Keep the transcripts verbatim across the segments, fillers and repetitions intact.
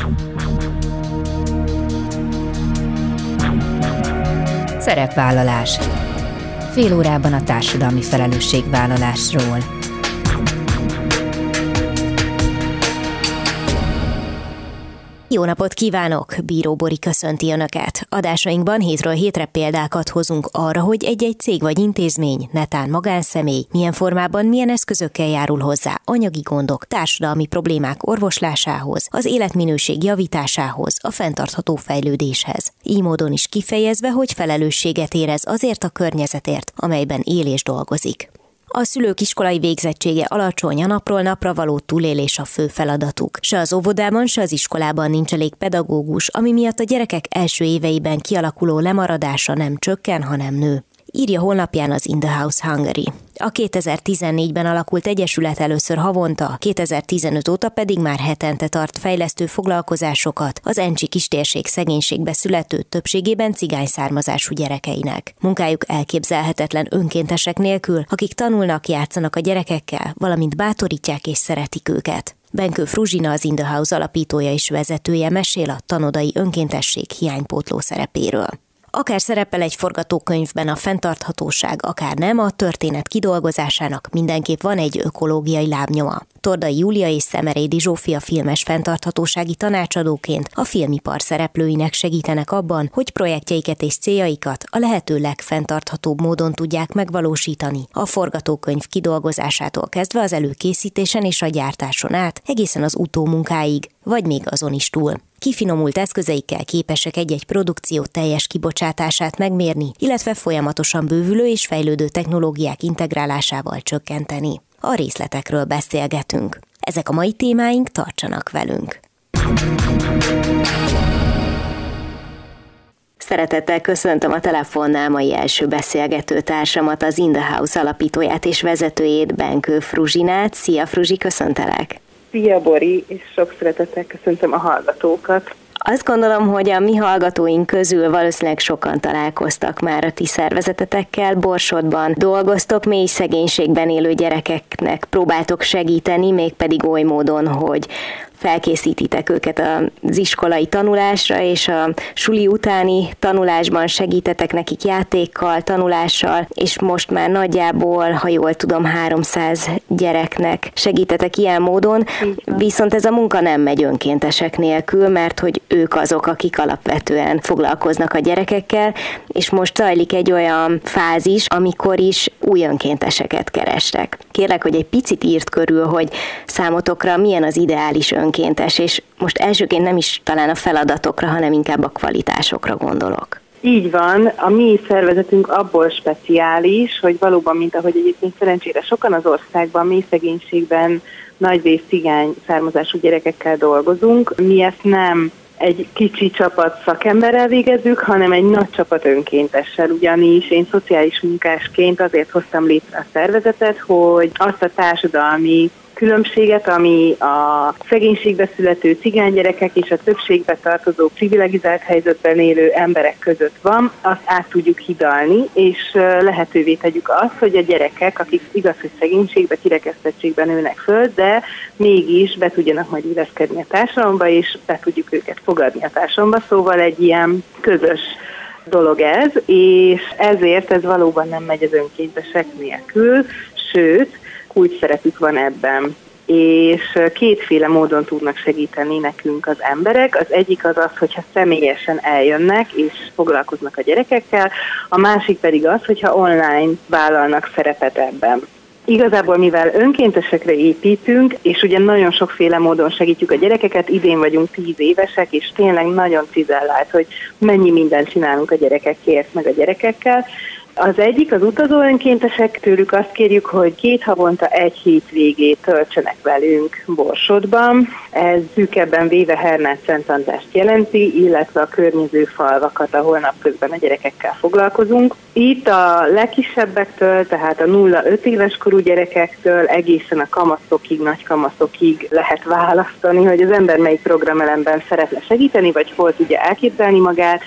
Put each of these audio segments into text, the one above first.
Szerepvállalás. Fél órában a társadalmi felelősségvállalásról. Jó napot kívánok! Bíró Bori köszönti Önöket. Adásainkban hétről hétre példákat hozunk arra, hogy egy-egy cég vagy intézmény, netán magánszemély, milyen formában, milyen eszközökkel járul hozzá anyagi gondok, társadalmi problémák orvoslásához, az életminőség javításához, a fenntartható fejlődéshez. Így módon is kifejezve, hogy felelősséget érez azért a környezetért, amelyben él és dolgozik. A szülők iskolai végzettsége alacsony, a napról napra való túlélés a fő feladatuk. Se az óvodában, se az iskolában nincs elég pedagógus, ami miatt a gyerekek első éveiben kialakuló lemaradása nem csökken, hanem nő. Írja honlapján az In the House Hungary. A kétezer-tizennégyben alakult egyesület először havonta, kétezer-tizenöt óta pedig már hetente tart fejlesztő foglalkozásokat az encsi kistérség szegénységbe születő, többségében cigány származású gyerekeinek. Munkájuk elképzelhetetlen önkéntesek nélkül, akik tanulnak, játszanak a gyerekekkel, valamint bátorítják és szeretik őket. Benkő Fruzsina, az In the House alapítója és vezetője mesél a tanodai önkéntesség hiánypótló szerepéről. Akár szerepel egy forgatókönyvben a fenntarthatóság, akár nem, a történet kidolgozásának mindenképp van egy ökológiai lábnyoma. Tordai Júlia és Szemerédi Zsófia filmes fenntarthatósági tanácsadóként a filmipar szereplőinek segítenek abban, hogy projektjeiket és céljaikat a lehető legfenntarthatóbb módon tudják megvalósítani, a forgatókönyv kidolgozásától kezdve az előkészítésen és a gyártáson át, egészen az utómunkáig, vagy még azon is túl. Kifinomult eszközeikkel képesek egy-egy produkció teljes kibocsátását megmérni, illetve folyamatosan bővülő és fejlődő technológiák integrálásával csökkenteni. A részletekről beszélgetünk. Ezek a mai témáink, tartsanak velünk! Szeretettel köszöntöm a telefonnál mai első beszélgető társamat, az In the House alapítóját és vezetőjét, Benkő Fruzsinát. Szia Fruzsi, köszöntelek! Szia Bori, és sok szeretettel köszöntöm a hallgatókat. Azt gondolom, hogy a mi hallgatóink közül valószínűleg sokan találkoztak már a ti szervezetetekkel. Borsodban dolgoztok, mély szegénységben élő gyerekeknek próbáltok segíteni, mégpedig oly módon, hogy felkészítitek őket az iskolai tanulásra, és a suli utáni tanulásban segítetek nekik játékkal, tanulással, és most már nagyjából, ha jól tudom, háromszáz gyereknek segítetek ilyen módon, viszont ez a munka nem megy önkéntesek nélkül, mert hogy ők azok, akik alapvetően foglalkoznak a gyerekekkel, és most zajlik egy olyan fázis, amikor is új önkénteseket kerestek. Kérlek, hogy egy picit írt körül, hogy számotokra milyen az ideális önkéntes, és most elsőként nem is talán a feladatokra, hanem inkább a kvalitásokra gondolok. Így van, a mi szervezetünk abból speciális, hogy valóban, mint ahogy egyébként szerencsére sokan az országban mély szegénységben nagyrészt cigány származású gyerekekkel dolgozunk. Mi ezt nem egy kicsi csapat szakemberrel végezzük, hanem egy nagy csapat önkéntessel, ugyanis én szociális munkásként azért hoztam létre a szervezetet, hogy azt a társadalmi különbséget, ami a szegénységbe születő cigánygyerekek és a többségbe tartozó privilegizált helyzetben élő emberek között van, azt át tudjuk hidalni, és lehetővé tegyük azt, hogy a gyerekek, akik igaz, hogy szegénységbe, kirekesztettségben nőnek föl, de mégis be tudjanak majd illeszkedni a társadalomba, és be tudjuk őket fogadni a társadalomba, szóval egy ilyen közös dolog ez, és ezért ez valóban nem megy az önkéntesek nélkül, sőt, kulcs szerepük van ebben, és kétféle módon tudnak segíteni nekünk az emberek. Az egyik az az, hogyha személyesen eljönnek és foglalkoznak a gyerekekkel, a másik pedig az, hogyha online vállalnak szerepet ebben. Igazából, mivel önkéntesekre építünk, és ugye nagyon sokféle módon segítjük a gyerekeket, idén vagyunk tíz évesek, és tényleg nagyon cizellált, hogy mennyi mindent csinálunk a gyerekekért, meg a gyerekekkel. Az egyik, az utazó önkéntesek, tőlük azt kérjük, hogy két havonta egy hétvégét töltsenek velünk Borsodban. Ez szűkebben véve Hernád-Szent Andrást jelenti, illetve a környező falvakat, ahol napközben a gyerekekkel foglalkozunk. Itt a legkisebbektől, tehát a nulla-öt éves korú gyerekektől egészen a kamaszokig, nagy kamaszokig lehet választani, hogy az ember melyik programelemben szeretne segíteni, vagy hol tudja elképzelni magát.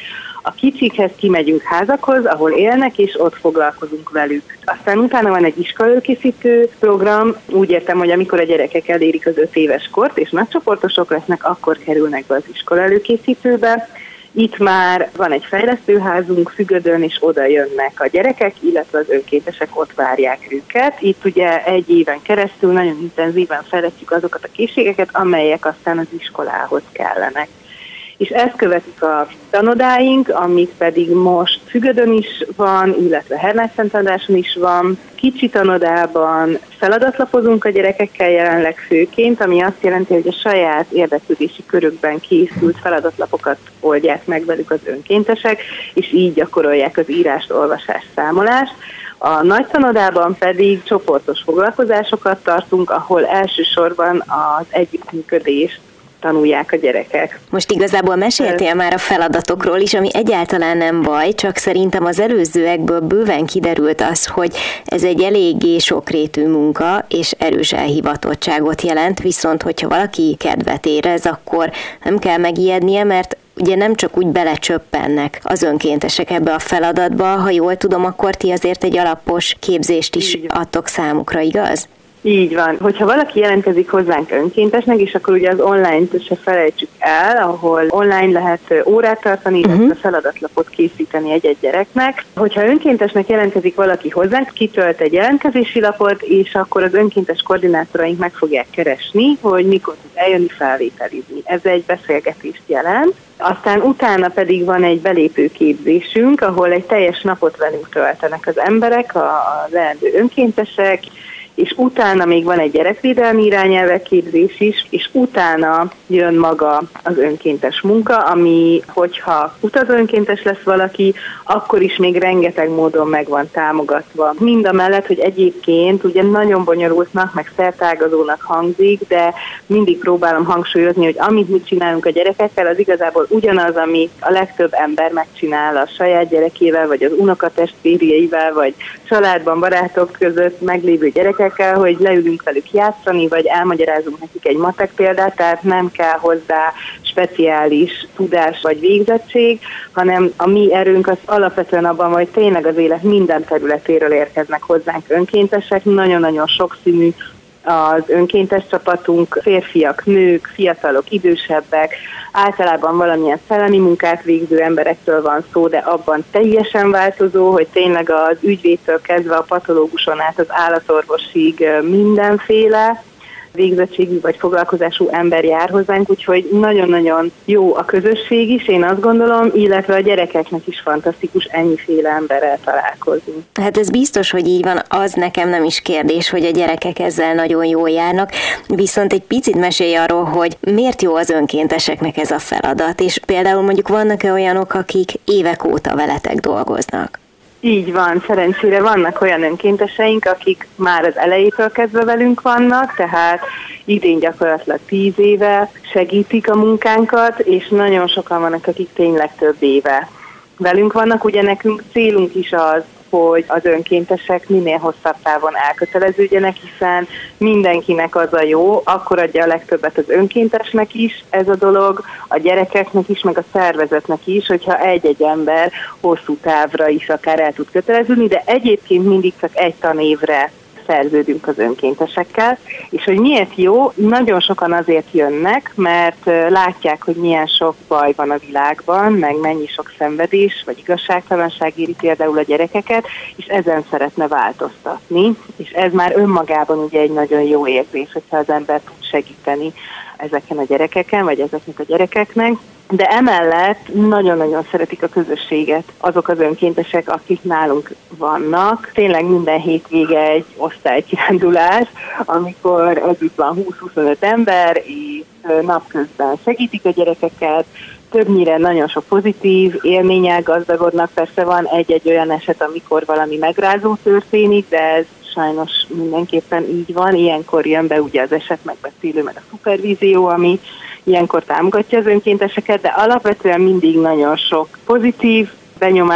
A kicsikhez kimegyünk házakhoz, ahol élnek, és ott foglalkozunk velük. Aztán utána van egy iskolaelőkészítő program, úgy értem, hogy amikor a gyerekek elérik az öt éves kort, és nagycsoportosok lesznek, akkor kerülnek be az iskolaelőkészítőbe. Itt már van egy fejlesztőházunk Fügödön, és oda jönnek a gyerekek, illetve az önkéntesek ott várják őket. Itt ugye egy éven keresztül nagyon intenzíven fejlesztjük azokat a készségeket, amelyek aztán az iskolához kellenek. És ezt követik a tanodáink, amik pedig most Fügödön is van, illetve Hernádi-Szentandráson is van. Kicsi tanodában feladatlapozunk a gyerekekkel jelenleg főként, ami azt jelenti, hogy a saját érdeklődési körükben készült feladatlapokat oldják meg velük az önkéntesek, és így gyakorolják az írást, olvasást, számolást. A nagy tanodában pedig csoportos foglalkozásokat tartunk, ahol elsősorban az együttműködést tanulják a gyerekek. Most igazából meséltél már a feladatokról is, ami egyáltalán nem baj, csak szerintem az előzőekből bőven kiderült az, hogy ez egy eléggé sokrétű munka, és erős elhivatottságot jelent, viszont hogyha valaki kedvet érez, akkor nem kell megijednie, mert ugye nem csak úgy belecsöppennek az önkéntesek ebbe a feladatba, ha jól tudom, akkor ti azért egy alapos képzést is adtok számukra, igaz? Így van. Hogyha valaki jelentkezik hozzánk önkéntesnek, és akkor ugye az online-t se felejtsük el, ahol online lehet órát tartani, illetve uh-huh. feladatlapot készíteni egy-egy gyereknek. Hogyha önkéntesnek jelentkezik valaki hozzánk, kitölt egy jelentkezési lapot, és akkor az önkéntes koordinátoraink meg fogják keresni, hogy mikor tud eljönni felvételizni. Ez egy beszélgetést jelent. Aztán utána pedig van egy belépőképzésünk, ahol egy teljes napot velünk töltenek az emberek, az leendő önkéntesek, és utána még van egy gyerekvédelmi irányelvek képzés is, és utána jön maga az önkéntes munka, ami, hogyha utazó önkéntes lesz valaki, akkor is még rengeteg módon meg van támogatva. Mind a mellett, hogy egyébként ugye nagyon bonyolultnak, meg szertágazónak hangzik, de mindig próbálom hangsúlyozni, hogy amit mi csinálunk a gyerekekkel, az igazából ugyanaz, ami a legtöbb ember megcsinál a saját gyerekével, vagy az unokatestvérjeivel, vagy családban, barátok között meglévő gyerekek, hogy leülünk velük játszani, vagy elmagyarázunk nekik egy matek példát, tehát nem kell hozzá speciális tudás vagy végzettség, hanem a mi erőnk az alapvetően abban, hogy tényleg az élet minden területéről érkeznek hozzánk önkéntesek, nagyon-nagyon sokszínű az önkéntes csapatunk, férfiak, nők, fiatalok, idősebbek, általában valamilyen szellemi munkát végző emberektől van szó, de abban teljesen változó, hogy tényleg az ügyvédtől kezdve a patológuson át az állatorvosig mindenféle végzettségű vagy foglalkozású ember jár hozzánk, úgyhogy nagyon-nagyon jó a közösség is, én azt gondolom, illetve a gyerekeknek is fantasztikus ennyiféle emberrel találkozni. Hát ez biztos, hogy így van, az nekem nem is kérdés, hogy a gyerekek ezzel nagyon jól járnak, viszont egy picit mesélj arról, hogy miért jó az önkénteseknek ez a feladat, és például mondjuk vannak-e olyanok, akik évek óta veletek dolgoznak? Így van, szerencsére vannak olyan önkénteseink, akik már az elejétől kezdve velünk vannak, tehát idén gyakorlatilag tíz éve segítik a munkánkat, és nagyon sokan vannak, akik tényleg több éve velünk vannak. Ugye nekünk célunk is az, hogy az önkéntesek minél hosszabb távon elköteleződjenek, hiszen mindenkinek az a jó, akkor adja a legtöbbet az önkéntesnek is ez a dolog, a gyerekeknek is, meg a szervezetnek is, hogyha egy-egy ember hosszú távra is akár el tud köteleződni, de egyébként mindig csak egy tanévre szerződünk az önkéntesekkel, és hogy miért jó, nagyon sokan azért jönnek, mert látják, hogy milyen sok baj van a világban, meg mennyi sok szenvedés, vagy igazságtalanság éri például a gyerekeket, és ezen szeretne változtatni, és ez már önmagában ugye egy nagyon jó érzés, hogyha az ember tud segíteni ezeken a gyerekeken, vagy ezeknek a gyerekeknek. De emellett nagyon-nagyon szeretik a közösséget azok az önkéntesek, akik nálunk vannak. Tényleg minden hétvége egy osztálykirándulás, amikor együtt van húsz-huszonöt ember, és napközben segítik a gyerekeket. Többnyire nagyon sok pozitív élménnyel gazdagodnak. Persze van egy-egy olyan eset, amikor valami megrázó történik, de ez sajnos mindenképpen így van. Ilyenkor jön be ugye az esetmegbeszélő, meg a szupervízió, ami ilyenkor támogatja az önkénteseket, de alapvetően mindig nagyon sok pozitív benyomás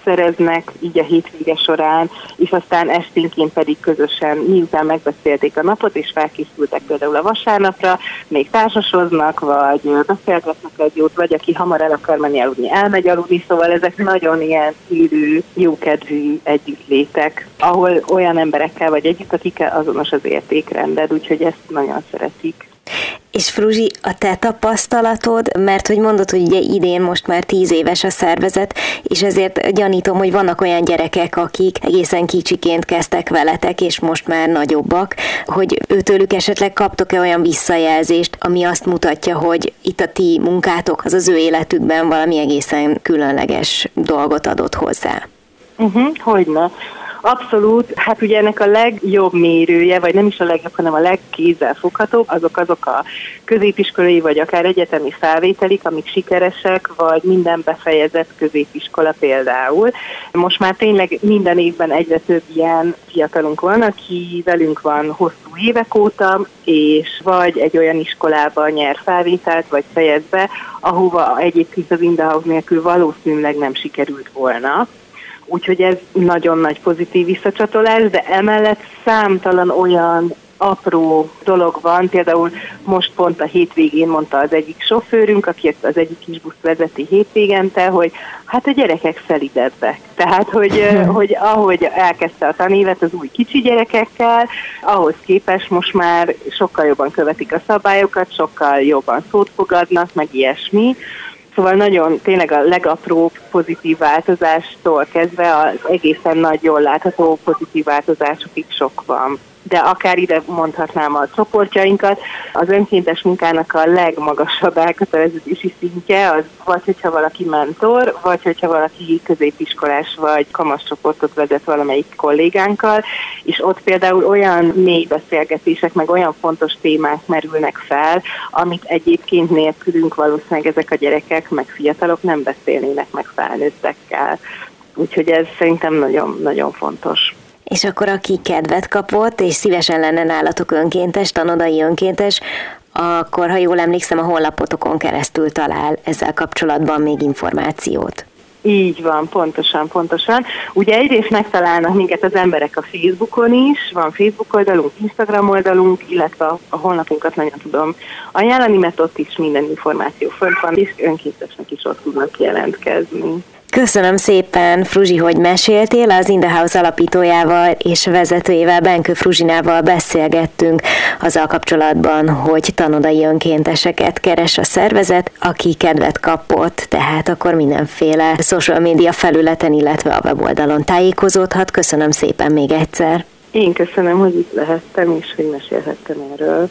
szereznek így a hétvége során, és aztán esténként pedig közösen, miután megbeszélték a napot, és felkészültek például a vasárnapra, még társasoznak, vagy beszélgetnek egy jót, vagy aki hamar el akar menni aludni, elmegy aludni, szóval ezek nagyon ilyen élő, jókedvű együttlétek, ahol olyan emberekkel vagy együtt, akikkel azonos az értékrended, úgyhogy ezt nagyon szeretik. És Fruzsi, a te tapasztalatod, mert hogy mondod, hogy ugye idén most már tíz éves a szervezet, és ezért gyanítom, hogy vannak olyan gyerekek, akik egészen kicsiként kezdtek veletek, és most már nagyobbak, hogy őtőlük esetleg kaptok-e olyan visszajelzést, ami azt mutatja, hogy itt a ti munkátok az az ő életükben valami egészen különleges dolgot adott hozzá? Uh-huh, hogyne. Abszolút, hát ugye ennek a legjobb mérője, vagy nem is a legjobb, hanem a legkézzelfoghatóbb, azok azok a középiskolai, vagy akár egyetemi felvételik, amik sikeresek, vagy minden befejezett középiskola például. Most már tényleg minden évben egyre több ilyen fiatalunk van, aki velünk van hosszú évek óta, és vagy egy olyan iskolában nyer felvételt, vagy fejez be, ahova egyébként az In the House nélkül valószínűleg nem sikerült volna. Úgyhogy ez nagyon nagy pozitív visszacsatolás, de emellett számtalan olyan apró dolog van, például most pont a hétvégén mondta az egyik sofőrünk, aki az egyik kisbuszt vezeti hétvégente, hogy hát a gyerekek szelidebbek. Tehát, hogy, hogy ahogy elkezdte a tanévet az új kicsi gyerekekkel, ahhoz képest most már sokkal jobban követik a szabályokat, sokkal jobban szót fogadnak, meg ilyesmi. Szóval nagyon tényleg a legapróbb pozitív változástól kezdve az egészen nagy, jól látható pozitív változásokig sok van. De akár ide mondhatnám a csoportjainkat, az önkéntes munkának a legmagasabb elköteleződési szintje az vagy, hogyha valaki mentor, vagy hogyha valaki középiskolás vagy kamaszcsoportot vezet valamelyik kollégánkkal, és ott például olyan mély beszélgetések, meg olyan fontos témák merülnek fel, amit egyébként nélkülünk valószínűleg ezek a gyerekek, meg fiatalok nem beszélnének meg felnőttekkel. Úgyhogy ez szerintem nagyon-nagyon fontos. És akkor aki kedvet kapott, és szívesen lenne nálatok önkéntes, tanodai önkéntes, akkor, ha jól emlékszem, a honlapotokon keresztül talál ezzel kapcsolatban még információt. Így van, pontosan, pontosan. Ugye egyrészt megtalálnak minket az emberek a Facebookon is, van Facebook oldalunk, Instagram oldalunk, illetve a honlapunkat nagyon tudom ajánlani, mert ott is minden információ fönt van, és önkéntesnek is ott tudnak jelentkezni. Köszönöm szépen, Fruzsi, hogy meséltél. Az In the House alapítójával és vezetőjével, Benkő Fruzsinával beszélgettünk azzal kapcsolatban, hogy tanodai önkénteseket keres a szervezet, aki kedvet kapott, tehát akkor mindenféle social media felületen, illetve a weboldalon tájékozódhat. Köszönöm szépen még egyszer. Én köszönöm, hogy itt lehettem, és hogy mesélhettem erről.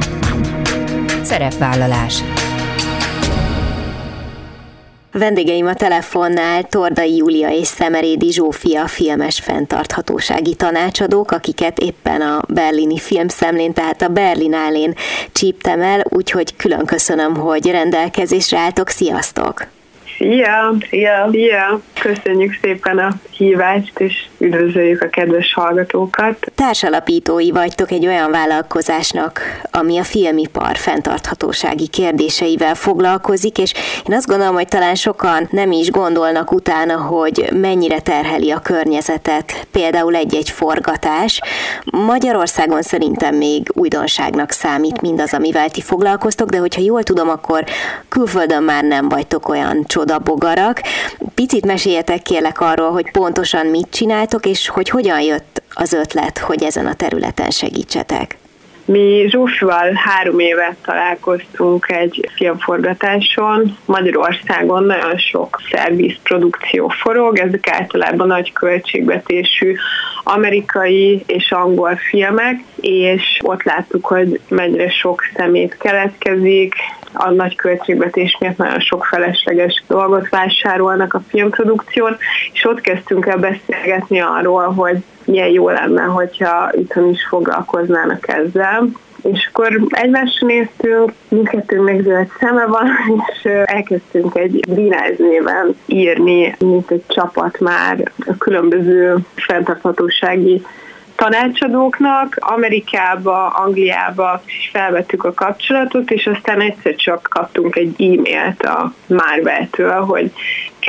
Szerepvállalás. Vendégeim a telefonnál Tordai Júlia és Szemerédi Zsófia filmes fenntarthatósági tanácsadók, akiket éppen a berlini filmszemlén, tehát a Berlinálén csíptem el, úgyhogy külön köszönöm, hogy rendelkezésre álltok. Sziasztok! Szia! Szia! Szia! Köszönjük szépen a hívást, és üdvözöljük a kedves hallgatókat. Társalapítói vagytok egy olyan vállalkozásnak, ami a filmipar fenntarthatósági kérdéseivel foglalkozik, és én azt gondolom, hogy talán sokan nem is gondolnak utána, hogy mennyire terheli a környezetet, például egy-egy forgatás. Magyarországon szerintem még újdonságnak számít mindaz, amivel ti foglalkoztok, de hogyha jól tudom, akkor külföldön már nem vagytok olyan csodabogarak. Picit meséljetek kérlek arról, hogy pontosan mit csináltok, és hogy hogyan jött az ötlet, hogy ezen a területen segítsetek. Mi Zsófival három éve találkoztunk egy filmforgatáson. Magyarországon nagyon sok szervizprodukció forog, ezek általában nagy költségvetésű amerikai és angol filmek, és ott láttuk, hogy mennyire sok szemét keletkezik, a nagy költségvetés miatt nagyon sok felesleges dolgot vásárolnak a filmprodukción, és ott kezdtünk el beszélgetni arról, hogy milyen jó lenne, hogyha itthon is foglalkoznának ezzel. És akkor egymásra néztünk, mindkettőnknek zöld szeme van, és elkezdtünk egy Green Eyes néven írni, mint egy csapat már a különböző fenntarthatósági tanácsadóknak. Amerikába, Angliába is felvettük a kapcsolatot, és aztán egyszer csak kaptunk egy e-mailt a Marvel-től, hogy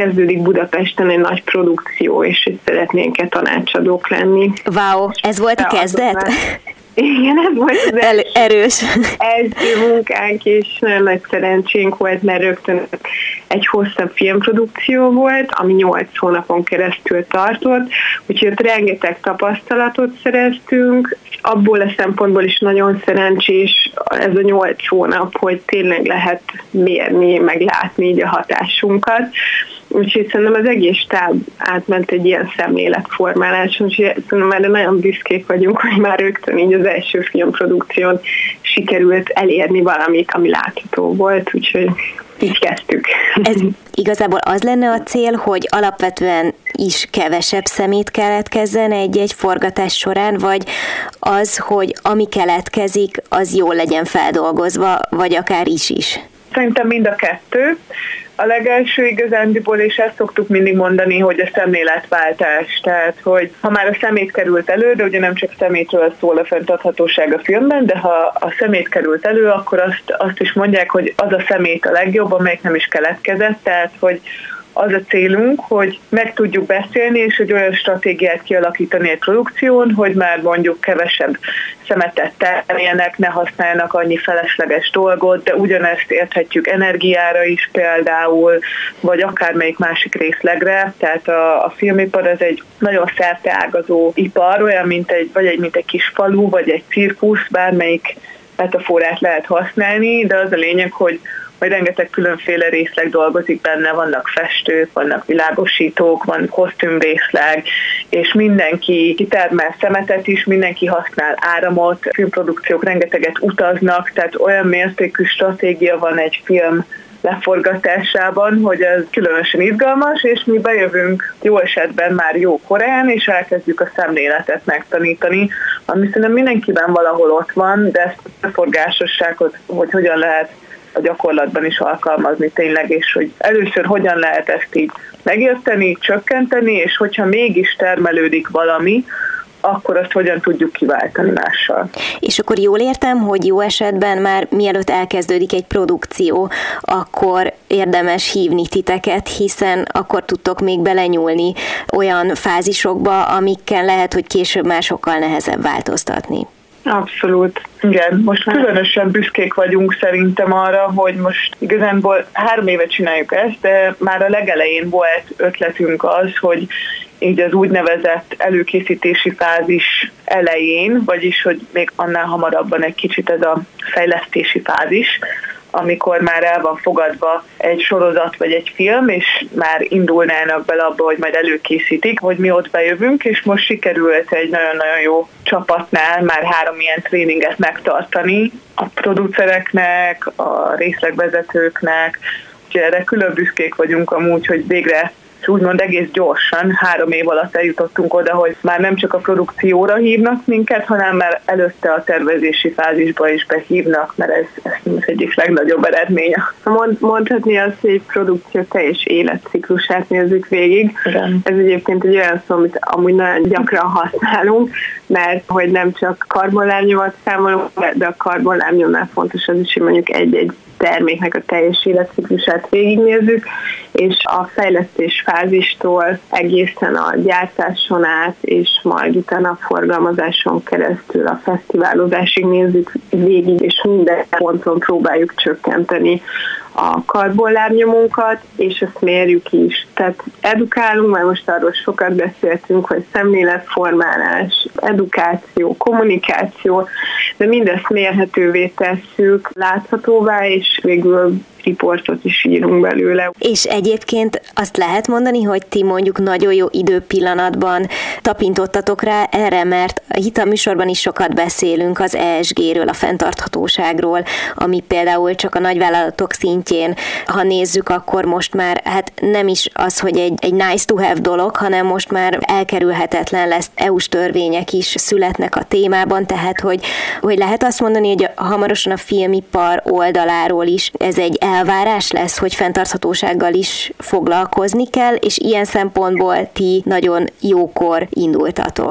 kezdődik Budapesten egy nagy produkció, és hogy szeretnénk-e tanácsadók lenni. Wow, ez volt a kezdet? Igen, ez volt az El- erős. első munkánk, és nagyon nagy szerencsénk volt, mert rögtön egy hosszabb filmprodukció volt, ami nyolc hónapon keresztül tartott, úgyhogy ott rengeteg tapasztalatot szereztünk, abból a szempontból is nagyon szerencsés ez a nyolc hónap, hogy tényleg lehet mérni, meg látni így a hatásunkat. Úgyhogy szerintem az egész stáb átment egy ilyen szemléletformáláson, úgyhogy szerintem erre nagyon büszkék vagyunk, hogy már rögtön így az első filmprodukción sikerült elérni valamit, ami látható volt, úgyhogy így kezdtük. Ez igazából az lenne a cél, hogy alapvetően is kevesebb szemét keletkezzen egy-egy forgatás során, vagy az, hogy ami keletkezik, az jól legyen feldolgozva, vagy akár is is? Szerintem mind a kettő. A legelső igazándiból, és ezt szoktuk mindig mondani, hogy a szemléletváltás. Tehát, hogy ha már a szemét került elő, de ugye nem csak szemétről szól a fenntarthatóság a filmben, de ha a szemét került elő, akkor azt, azt is mondják, hogy az a szemét a legjobb, amelyik nem is keletkezett. Tehát, hogy az a célunk, hogy meg tudjuk beszélni, és egy olyan stratégiát kialakítani egy produkción, hogy már mondjuk kevesebb szemetet termeljenek, ne használjanak annyi felesleges dolgot, de ugyanezt érthetjük energiára is például, vagy akármelyik másik részlegre. Tehát a, a filmipar az egy nagyon szerteágazó ipar, olyan, mint egy, vagy egy, mint egy kis falu, vagy egy cirkusz, bármelyik metaforát lehet használni, de az a lényeg, hogy hogy rengeteg különféle részleg dolgozik benne, vannak festők, vannak világosítók, van kosztümrészleg, és mindenki kitermel szemetet is, mindenki használ áramot, filmprodukciók rengeteget utaznak, tehát olyan mértékű stratégia van egy film leforgatásában, hogy ez különösen izgalmas, és mi bejövünk jó esetben már jó korán, és elkezdjük a szemléletet megtanítani, ami szerintem mindenkiben valahol ott van, de ezt a forgásosságot, hogy hogyan lehet a gyakorlatban is alkalmazni tényleg, és hogy először hogyan lehet ezt így megérteni, csökkenteni, és hogyha mégis termelődik valami, akkor azt hogyan tudjuk kiváltani mással. És akkor jól értem, hogy jó esetben már mielőtt elkezdődik egy produkció, akkor érdemes hívni titeket, hiszen akkor tudtok még belenyúlni olyan fázisokba, amikkel lehet, hogy később már sokkal nehezebb változtatni. Abszolút. Igen, most különösen büszkék vagyunk szerintem arra, hogy most igazából három éve csináljuk ezt, de már a legelején volt ötletünk az, hogy így az úgynevezett előkészítési fázis elején, vagyis hogy még annál hamarabban egy kicsit ez a fejlesztési fázis, amikor már el van fogadva egy sorozat vagy egy film, és már indulnának bele abba, hogy majd előkészítik, hogy mi ott bejövünk, és most sikerült egy nagyon-nagyon jó csapatnál már három ilyen tréninget megtartani a producereknek, a részlegvezetőknek, úgyhogy erre külön büszkék vagyunk amúgy, hogy végre úgymond egész gyorsan, három év alatt eljutottunk oda, hogy már nem csak a produkcióra hívnak minket, hanem már előtte a tervezési fázisba is behívnak, mert ez, ez az egyik legnagyobb eredménye. Mond, mondhatni azt, hogy egy produkció teljes életciklusát nézzük végig. Igen. Ez egyébként egy olyan szó, amit amúgy nagyon gyakran használunk, mert hogy nem csak karbonlábnyomat számolunk, de a karbonlábnyomnál fontos az is, hogy mondjuk egy-egy terméknek a teljes életciklusát végignézzük, és a fejlesztés fázistól egészen a gyártáson át, és majd utána a forgalmazáson keresztül a fesztiválozásig nézzük végig, és minden ponton próbáljuk csökkenteni a karbonlábnyomunkat, és ezt mérjük is. Tehát edukálunk, mert most arról sokat beszéltünk, hogy szemléletformálás, edukáció, kommunikáció, de mindezt mérhetővé tesszük, láthatóvá, és végül riportot is írunk belőle. És egyébként azt lehet mondani, hogy ti mondjuk nagyon jó időpillanatban tapintottatok rá erre, mert itt a műsorban is sokat beszélünk az E S G-ről, a fenntarthatóságról, ami például csak a nagyvállalatok szintjén, ha nézzük, akkor most már hát nem is az, hogy egy, egy nice to have dolog, hanem most már elkerülhetetlen lesz, é u-s törvények is születnek a témában, tehát hogy, hogy lehet azt mondani, hogy hamarosan a filmipar oldaláról is ez egy elvárás lesz, hogy fenntarthatósággal is foglalkozni kell, és ilyen szempontból ti nagyon jókor indultatok.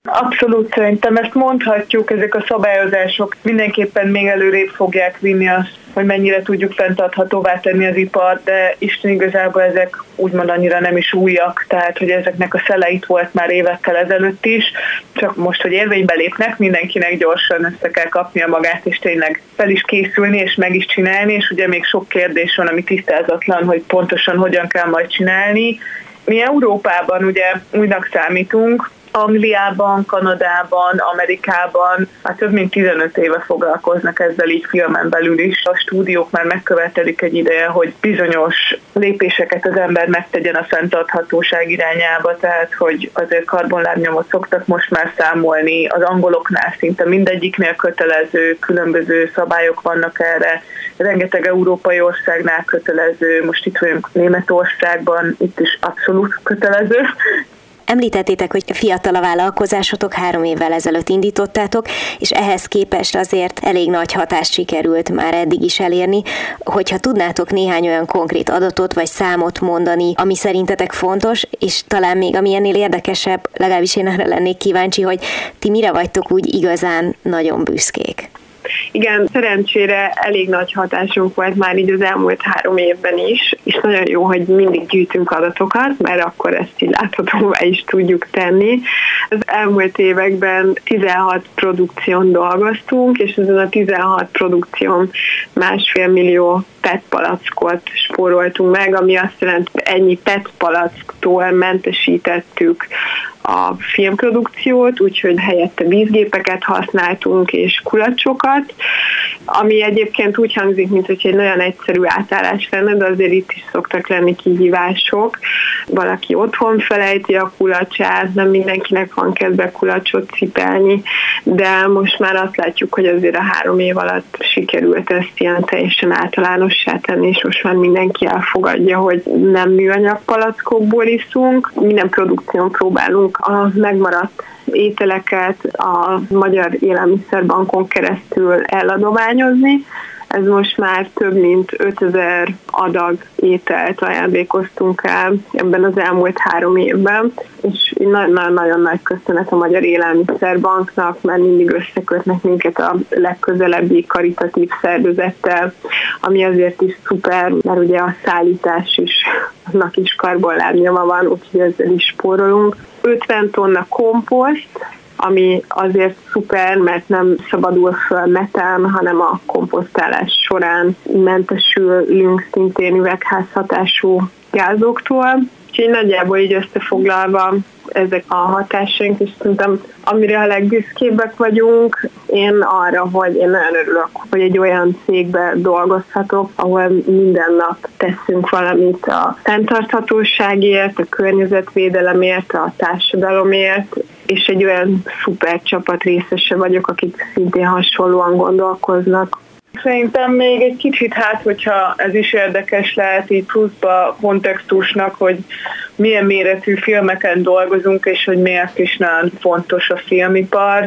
Abszolút szerintem ezt mondhatjuk, ezek a szabályozások mindenképpen még előrébb fogják vinni azt, hogy mennyire tudjuk fenntarthatóvá tenni az ipart, de Isten igazából ezek úgymond annyira nem is újak, tehát hogy ezeknek a szele itt volt már évekkel ezelőtt is, csak most, hogy érvénybe lépnek, mindenkinek gyorsan össze kell kapnia magát, és tényleg fel is készülni, és meg is csinálni, és ugye még sok kérdés van, ami tisztázatlan, hogy pontosan hogyan kell majd csinálni. Mi Európában ugye újnak számítunk, Angliában, Kanadában, Amerikában hát több mint tizenöt éve foglalkoznak ezzel így filmen belül is. A stúdiók már megkövetelik egy ideje, hogy bizonyos lépéseket az ember megtegyen a fenntarthatóság irányába, tehát hogy azért karbonlábnyomot szoktak most már számolni, az angoloknál szinte mindegyiknél kötelező, különböző szabályok vannak erre, rengeteg európai országnál kötelező, most itt vagyunk Németországban, itt is abszolút kötelező. Említettétek, hogy fiatal a vállalkozásotok, három évvel ezelőtt indítottátok, és ehhez képest azért elég nagy hatást sikerült már eddig is elérni. Hogyha tudnátok néhány olyan konkrét adatot vagy számot mondani, ami szerintetek fontos, és talán még ami ennél érdekesebb, legalábbis én arra lennék kíváncsi, hogy ti mire vagytok úgy igazán nagyon büszkék? Igen, szerencsére elég nagy hatásunk volt már így az elmúlt három évben is, és nagyon jó, hogy mindig gyűjtünk adatokat, mert akkor ezt így láthatóvá is tudjuk tenni. Az elmúlt években tizenhat produkción dolgoztunk, és ezen a tizenhat produkción másfél millió pé é té palackot spóroltunk meg, ami azt jelenti, hogy ennyi pé é té palacktól mentesítettük a filmprodukciót, úgyhogy helyette vízgépeket használtunk és kulacsokat, ami egyébként úgy hangzik, mint hogy egy nagyon egyszerű átállás lenne, de azért itt is szoktak lenni kihívások. Valaki otthon felejti a kulacsát, nem mindenkinek van kedve kulacsot cipelni, de most már azt látjuk, hogy azért a három év alatt sikerült ezt ilyen teljesen általánossá tenni, és most már mindenki elfogadja, hogy nem műanyag palackokból iszunk. Minden produkción próbálunk a megmaradt ételeket a Magyar Élelmiszerbankon keresztül eladományozni. Ez most már több mint ötezer adag ételt ajándékoztunk el ebben az elmúlt három évben, és nagyon-nagyon nagy köszönet a Magyar Élelmiszerbanknak, mert mindig összekötnek minket a legközelebbi karitatív szervezettel, ami azért is szuper, mert ugye a szállítás is, annak is karbonlábnyoma van, úgyhogy ezzel is spórolunk. ötven tonna komposzt, ami azért szuper, mert nem szabadul föl metán, hanem a komposztálás során mentesülünk szintén üvegházhatású gázoktól. Úgyhogy nagyjából így összefoglalva ezek a hatásaink, és szerintem amire a legbüszkébbek vagyunk, én arra, hogy én nagyon örülök, hogy egy olyan cégbe dolgozhatok, ahol minden nap teszünk valamit a fenntarthatóságért, a környezetvédelemért, a társadalomért, és egy olyan szuper csapat részese vagyok, akik szintén hasonlóan gondolkoznak. Szerintem még egy kicsit hát, hogyha ez is érdekes lehet így pluszba kontextusnak, hogy milyen méretű filmeken dolgozunk, és hogy miért is nagyon fontos a filmipar,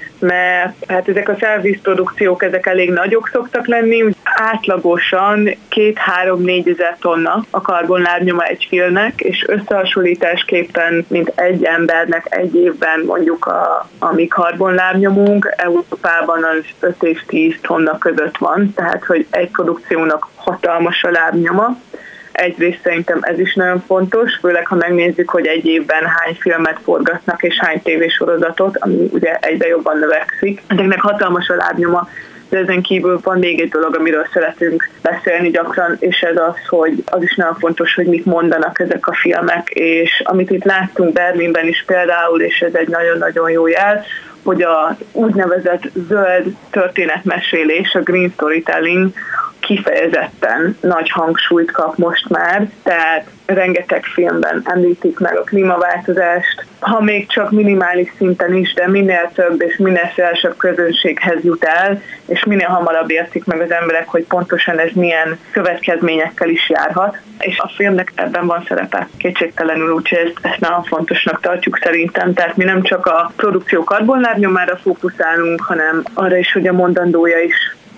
mert hát ezek a szervizprodukciók, ezek elég nagyok szoktak lenni, átlagosan két-három-négy ezer tonna a karbonlábnyoma egy filmnek, és összehasonlításképpen, mint egy embernek egy évben mondjuk a, a mi karbonlábnyomunk, Európában az öt és tíz tonna között van, tehát hogy egy produkciónak hatalmas a lábnyoma. Egyrészt szerintem ez is nagyon fontos, főleg ha megnézzük, hogy egy évben hány filmet forgatnak és hány tévésorozatot, ami ugye egyre jobban növekszik. Ezeknek hatalmas a lábnyoma, de ezen kívül van még egy dolog, amiről szeretünk beszélni gyakran, és ez az, hogy az is nagyon fontos, hogy mit mondanak ezek a filmek, és amit itt láttunk Berlinben is például, és ez egy nagyon-nagyon jó jel, hogy a úgynevezett zöld történetmesélés, a green storytelling kifejezetten nagy hangsúlyt kap most már, tehát rengeteg filmben említik meg a klímaváltozást, ha még csak minimális szinten is, de minél több és minél szélesebb közönséghez jut el, és minél hamarabb értik meg az emberek, hogy pontosan ez milyen következményekkel is járhat, és a filmnek ebben van szerepe kétségtelenül, úgyhogy ezt, ezt nagyon fontosnak tartjuk szerintem, tehát mi nem csak a produkció karbonlábnyomára fókuszálunk, hanem arra is, hogy a mondandója is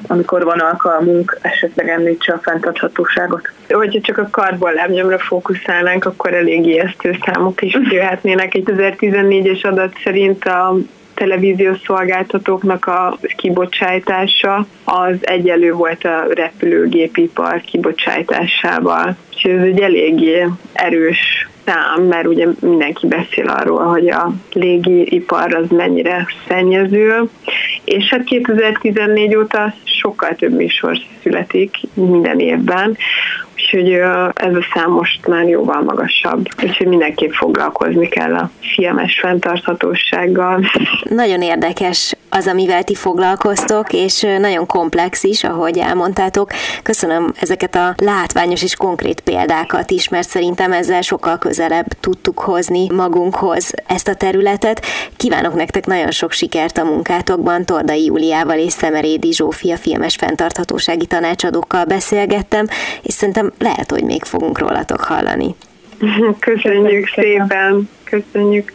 amikor van alkalmunk, esetleg említse a fenntarthatóságot. Hogyha csak a karbonlábnyomra fókuszálnánk, akkor elég ijesztő számok is jöhetnének. kétezer-tizennégyes adat szerint a televíziós szolgáltatóknak a kibocsátása az egyenlő volt a repülőgépipar kibocsátásával. És ez egy eléggé erős szám, mert ugye mindenki beszél arról, hogy a légipar az mennyire szennyező, és hát kétezer-tizennégy óta sokkal több műsor születik minden évben, úgyhogy ez a szám most már jóval magasabb, úgyhogy mindenképp foglalkozni kell a filmes fenntarthatósággal. Nagyon érdekes az, amivel ti foglalkoztok, és nagyon komplex is, ahogy elmondtátok. Köszönöm ezeket a látványos és konkrét példákat is, mert szerintem ezzel sokkal közelebb tudtuk hozni magunkhoz ezt a területet. Kívánok nektek nagyon sok sikert a munkátokban. Tordai Júliával és Szemerédi Zsófia filmes fenntarthatósági tanácsadókkal beszélgettem, és szerintem lehet, hogy még fogunk rólatok hallani. Köszönjük szépen! Köszönjük!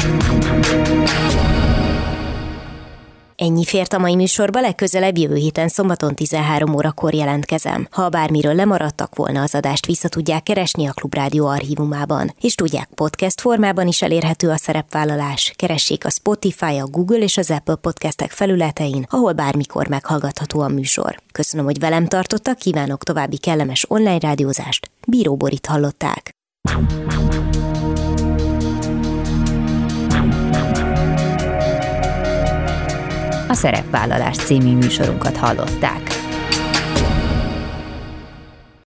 Ennyi fért a mai műsorba, legközelebb jövő héten szombaton tizenhárom órakor jelentkezem. Ha bármiről lemaradtak volna, az adást vissza tudják keresni a Klubrádió archívumában. És tudják, podcast formában is elérhető a szerepvállalás. Keressék a Spotify, a Google és az Apple podcastek felületein, ahol bármikor meghallgatható a műsor. Köszönöm, hogy velem tartottak, kívánok további kellemes online rádiózást. Bíró Borit hallották. A Szerepvállalás című műsorunkat hallották.